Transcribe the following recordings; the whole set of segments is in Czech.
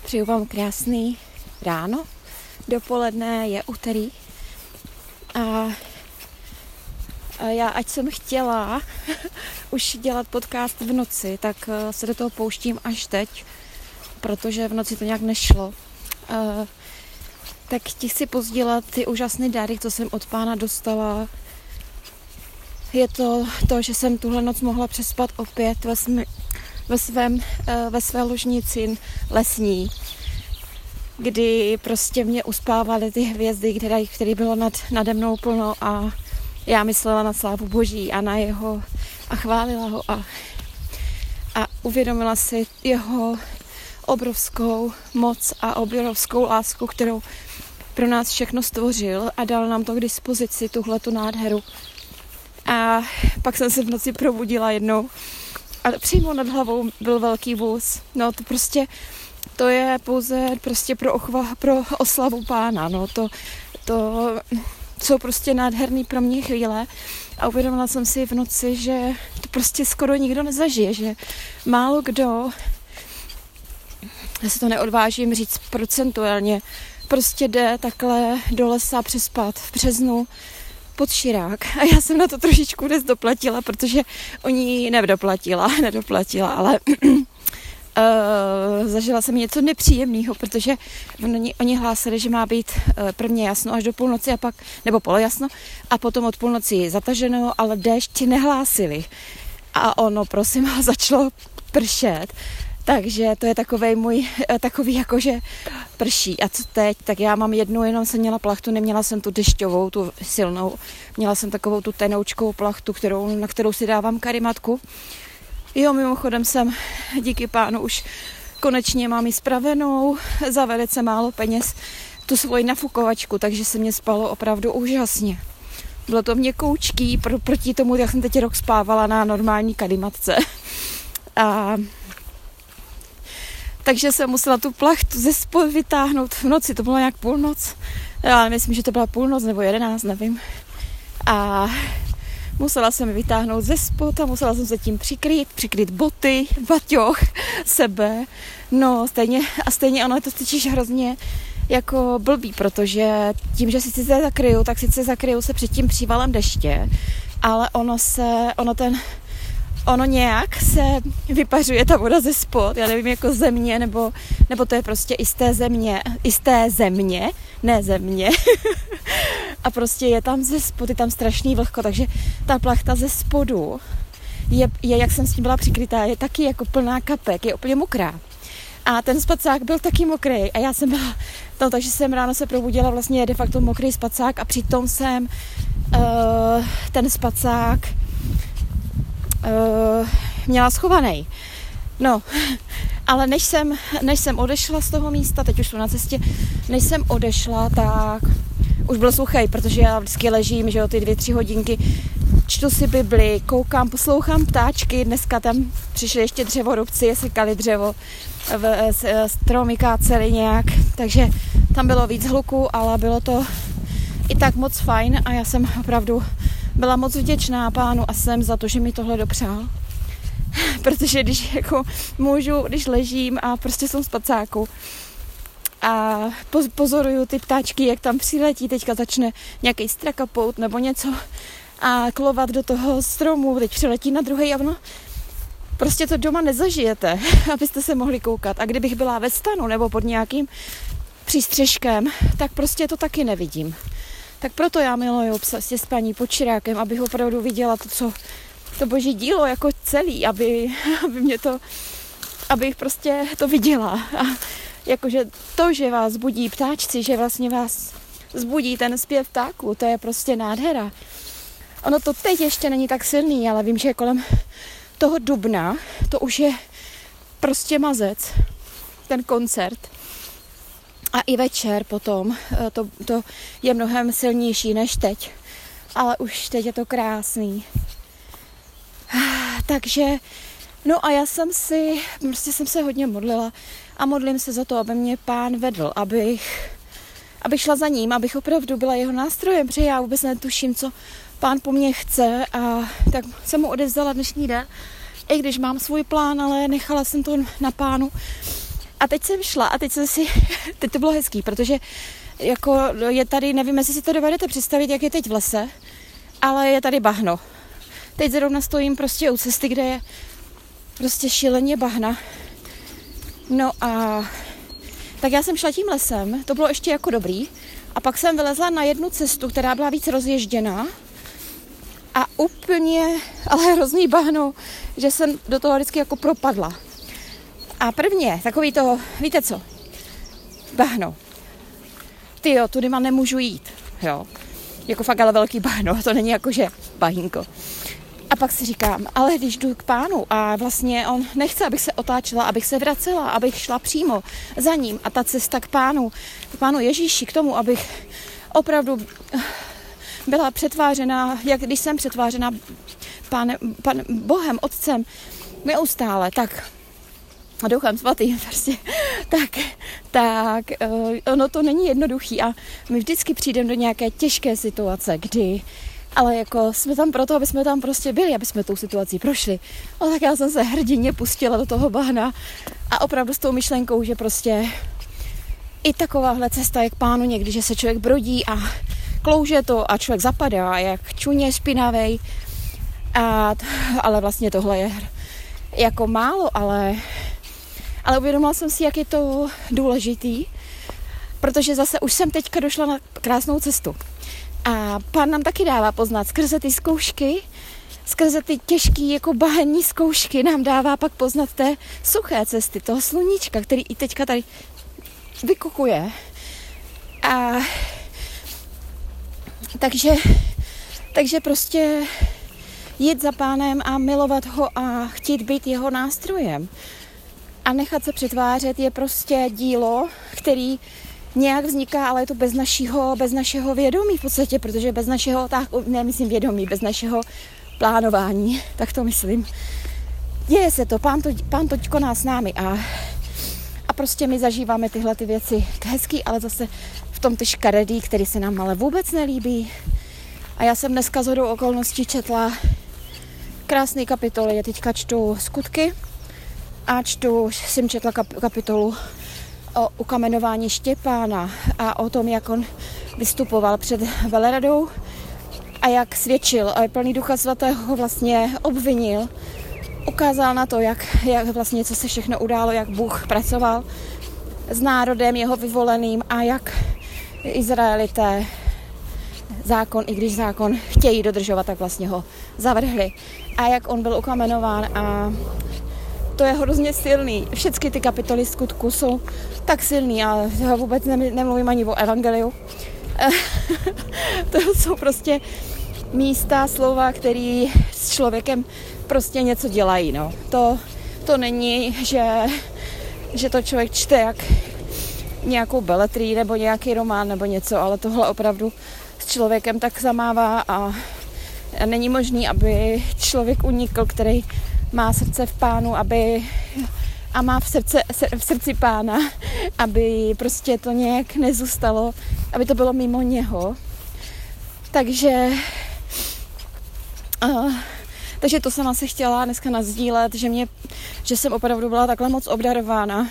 Přeju vám krásný ráno, dopoledne, je úterý. A já, ať jsem chtěla už dělat podcast v noci, tak se do toho pouštím až teď, protože v noci to nějak nešlo. Tak ti chci pozdílet ty úžasné dary, co jsem od Pána dostala. Je to, že jsem tuhle noc mohla přespat opět ve své ložnici lesní, kdy prostě mě uspávaly ty hvězdy, které bylo nade mnou plno a já myslela na slávu Boží a na jeho a chválila ho a uvědomila si jeho obrovskou moc a obrovskou lásku, kterou pro nás všechno stvořil a dal nám to k dispozici, tuhletu nádheru. A pak jsem se v noci probudila jednou a přímo nad hlavou byl velký vůz. No to je pouze prostě pro oslavu Pána. No to jsou prostě nádherný pro mě chvíle a uvědomila jsem si v noci, že to prostě skoro nikdo nezažije, že málo kdo, já se to neodvážím říct procentuálně, prostě jde takhle do lesa přespat v březnu pod Širák. A já jsem na to trošičku dnes doplatila, protože oni nedoplatila, ale zažila jsem něco nepříjemného, protože oni hlásili, že má být prvně jasno až do půlnoci a pak, nebo polojasno, a potom od půlnoci zataženo, ale déšť nehlásili. A ono, prosím, začalo pršet. Takže to je takový jakože prší. A co teď? Tak já mám jenom jsem měla plachtu, neměla jsem tu dešťovou, tu silnou. Měla jsem takovou tu tenoučkou plachtu, na kterou si dávám karimatku. Jo, mimochodem jsem, díky Pánu, už konečně mám ji spravenou, za velice málo peněz, tu svoji nafukovačku, takže se mě spalo opravdu úžasně. Bylo to měkoučký, proti tomu, jak jsem teď rok spávala na normální karimatce. Takže jsem musela tu plachtu ze spod vytáhnout v noci, to bylo nějak půlnoc. Já myslím, že to byla půlnoc nebo 11, nevím. A musela jsem ji vytáhnout ze spod a musela jsem se tím přikrýt boty, baťoch, sebe. No, stejně ono je to totiž hrozně jako blbý, protože tím, že si sice zakryju, tak sice zakryju se před tím přívalem deště, ale ono nějak se vypařuje ta voda ze spod, já nevím, jako země, nebo to je prostě i z té země, ne země. A prostě je tam ze spod, je tam strašný vlhko, takže ta plachta ze spodu je, jak jsem s tím byla přikrytá, je taky jako plná kapek, je úplně mokrá. A ten spacák byl taky mokrý a já jsem byla, takže jsem ráno se probudila vlastně de facto mokrý spacák a přitom jsem ten spacák měla schovaný. No, ale než jsem odešla z toho místa, teď už jsem na cestě, než jsem odešla, tak už byl suchej, protože já vždycky ležím, že jo, ty 2-3 hodinky, čtu si Bibli, koukám, poslouchám ptáčky, dneska tam přišli ještě dřevorubci, sekali dřevo, stromy káceli nějak, takže tam bylo víc hluku, ale bylo to i tak moc fajn a já jsem opravdu byla moc vděčná Pánu a jsem za to, že mi tohle dopřál. Protože když ležím a prostě jsem v spacáku a pozoruju ty ptáčky, jak tam přiletí, teďka začne nějaký strakapout nebo něco a klovat do toho stromu, teď přiletí na druhej a ono prostě to doma nezažijete, abyste se mohli koukat. A kdybych byla ve stanu nebo pod nějakým přístřežkem, tak prostě to taky nevidím. Tak proto já miluju s paní pod Širákem, abych opravdu viděla to Boží dílo jako celý, abych prostě to viděla. A jakože to, že vás budí ptáčci, že vlastně vás zbudí ten zpěv ptáků, to je prostě nádhera. Ono to teď ještě není tak silný, ale vím, že kolem toho dubna to už je prostě mazec, ten koncert. A i večer potom to je mnohem silnější než teď. Ale už teď je to krásný. Takže, no a já jsem se hodně modlila a modlím se za to, aby mě Pán vedl, abych šla za ním, abych opravdu byla jeho nástrojem, protože já vůbec netuším, co Pán po mně chce a tak jsem mu odevzdala dnešní den, i když mám svůj plán, ale nechala jsem to na Pánu. A teď jsem šla a teď to bylo hezký, protože jako je tady, nevím, jestli si to dovedete představit, jak je teď v lese, ale je tady bahno. Teď zrovna stojím prostě u cesty, kde je prostě šíleně bahna. No a tak já jsem šla tím lesem, to bylo ještě jako dobrý. A pak jsem vylezla na jednu cestu, která byla víc rozježděná. A úplně, ale hrozný bahno, že jsem do toho vždycky jako propadla. A prvně, takový to, víte co? Bahno. Tyjo, tudy má nemůžu jít, jo. Jako fakt ale velký bahno, to není jako, že bahínko. A pak si říkám, ale když jdu k pánu a vlastně on nechce, abych se otáčela, abych se vracela, abych šla přímo za ním a ta cesta k pánu Ježíši, k tomu, abych opravdu byla přetvářena, jak když jsem přetvářena Pánem Bohem, Otcem, neustále, tak a Duchem Svatým prostě, tak ono to není jednoduchý a my vždycky přijdeme do nějaké těžké situace, kdy ale jako jsme tam proto, aby jsme tam prostě byli, aby jsme tou situací prošli. No tak já jsem se hrdinně pustila do toho bahna a opravdu s tou myšlenkou, že prostě i takováhle cesta je k pánu někdy, že se člověk brodí a klouže to a člověk zapadá, jak čuně špinavej. Ale vlastně tohle je jako málo, ale uvědomila jsem si, jak je to důležitý, protože zase už jsem teďka došla na krásnou cestu. A pán nám taky dává poznat skrze ty zkoušky, skrze ty těžký jako bahenní zkoušky nám dává pak poznat té suché cesty, toho sluníčka, který i teďka tady vykukuje. A takže prostě jít za pánem a milovat ho a chtít být jeho nástrojem. A nechat se přetvářet je prostě dílo, který nějak vzniká, ale je to bez našeho vědomí v podstatě, protože bez našeho, vědomí, bez našeho plánování, tak to myslím. Děje se to, pán to koná s námi a prostě my zažíváme tyhle ty věci hezký, ale zase v tom ty škaredý, který se nám ale vůbec nelíbí. A já jsem dneska shodou okolností četla krásný kapitoly, já teďka čtu Skutky a jsem četla kapitolu o ukamenování Štěpána a o tom, jak on vystupoval před veleradou a jak svědčil a plný Ducha Svatého vlastně obvinil, ukázal na to, jak vlastně, co se všechno událo, jak Bůh pracoval s národem jeho vyvoleným a jak Izraelité i když zákon chtějí dodržovat, tak vlastně ho zavrhli. A jak on byl ukamenován a to je hrozně silný. Všechny ty kapitoly Skutku jsou tak silný a vůbec nemluvím ani o evangeliu. To jsou prostě místa, slova, které s člověkem prostě něco dělají. No. To není, že to člověk čte jak nějakou beletrii nebo nějaký román nebo něco, ale tohle opravdu s člověkem tak zamává a není možný, aby člověk unikl, který má srdce v pánu, a má v srdci pána, aby prostě to nějak nezůstalo, aby to bylo mimo něho. Takže to jsem asi chtěla dneska nazdílet, že jsem opravdu byla takhle moc obdarována.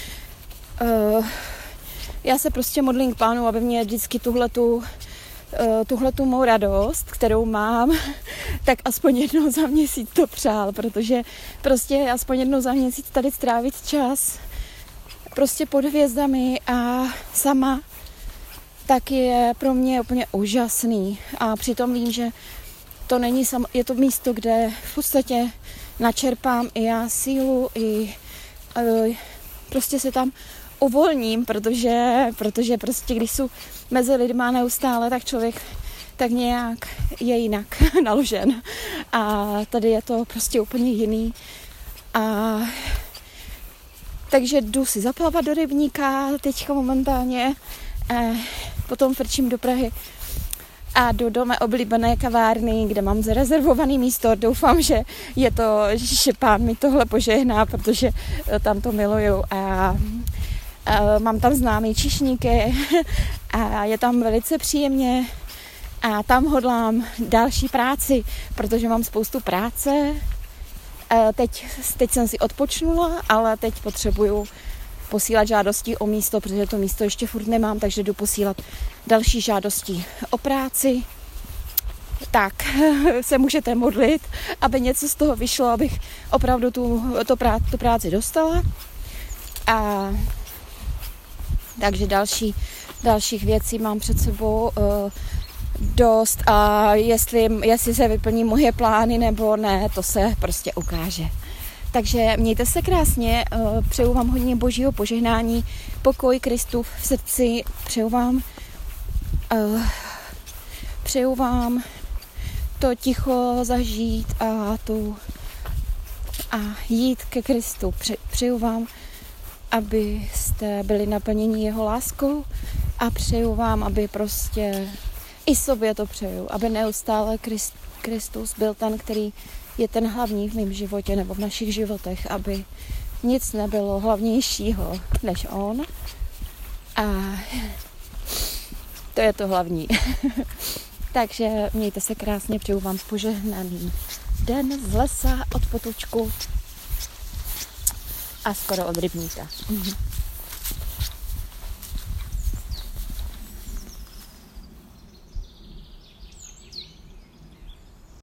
Já se prostě modlím k pánu, aby mě vždycky tuhletu mou radost, kterou mám, tak aspoň jednou za měsíc to přál, protože prostě aspoň jednou za měsíc tady strávit čas prostě pod hvězdami a sama, tak je pro mě úplně úžasný. A přitom vím, že to není je to místo, kde v podstatě načerpám i já sílu, i prostě se tam uvolním, protože prostě když jsou mezi lidma neustále, tak člověk tak nějak je jinak naložen. A tady je to prostě úplně jiný. A takže jdu si zaplavat do rybníka teďka momentálně, potom frčím do Prahy a jdu do mé oblíbené kavárny, kde mám zarezervované místo. Doufám, že že pán mi tohle požehná, protože tam to miluju a mám tam známý číšníky a je tam velice příjemně a tam hodlám další práci, protože mám spoustu práce. Teď jsem si odpočnula, ale teď potřebuju posílat žádosti o místo, protože to místo ještě furt nemám, takže jdu posílat další žádosti o práci. Tak se můžete modlit, aby něco z toho vyšlo, abych opravdu tu práci dostala. A takže dalších věcí mám před sebou dost a jestli se vyplní moje plány nebo ne, to se prostě ukáže. Takže mějte se krásně, přeju vám hodně božího požehnání, pokoj Kristův v srdci, přeju vám to ticho zažít a jít ke Kristu. Přeju vám, abyste byli naplněni jeho láskou a přeju vám, aby prostě i sobě to přeju, aby neustále Kristus byl ten, který je ten hlavní v mém životě nebo v našich životech, aby nic nebylo hlavnějšího než on. A to je to hlavní. Takže mějte se krásně, přeju vám požehnaný den z lesa, od potočku a skoro od rybníka.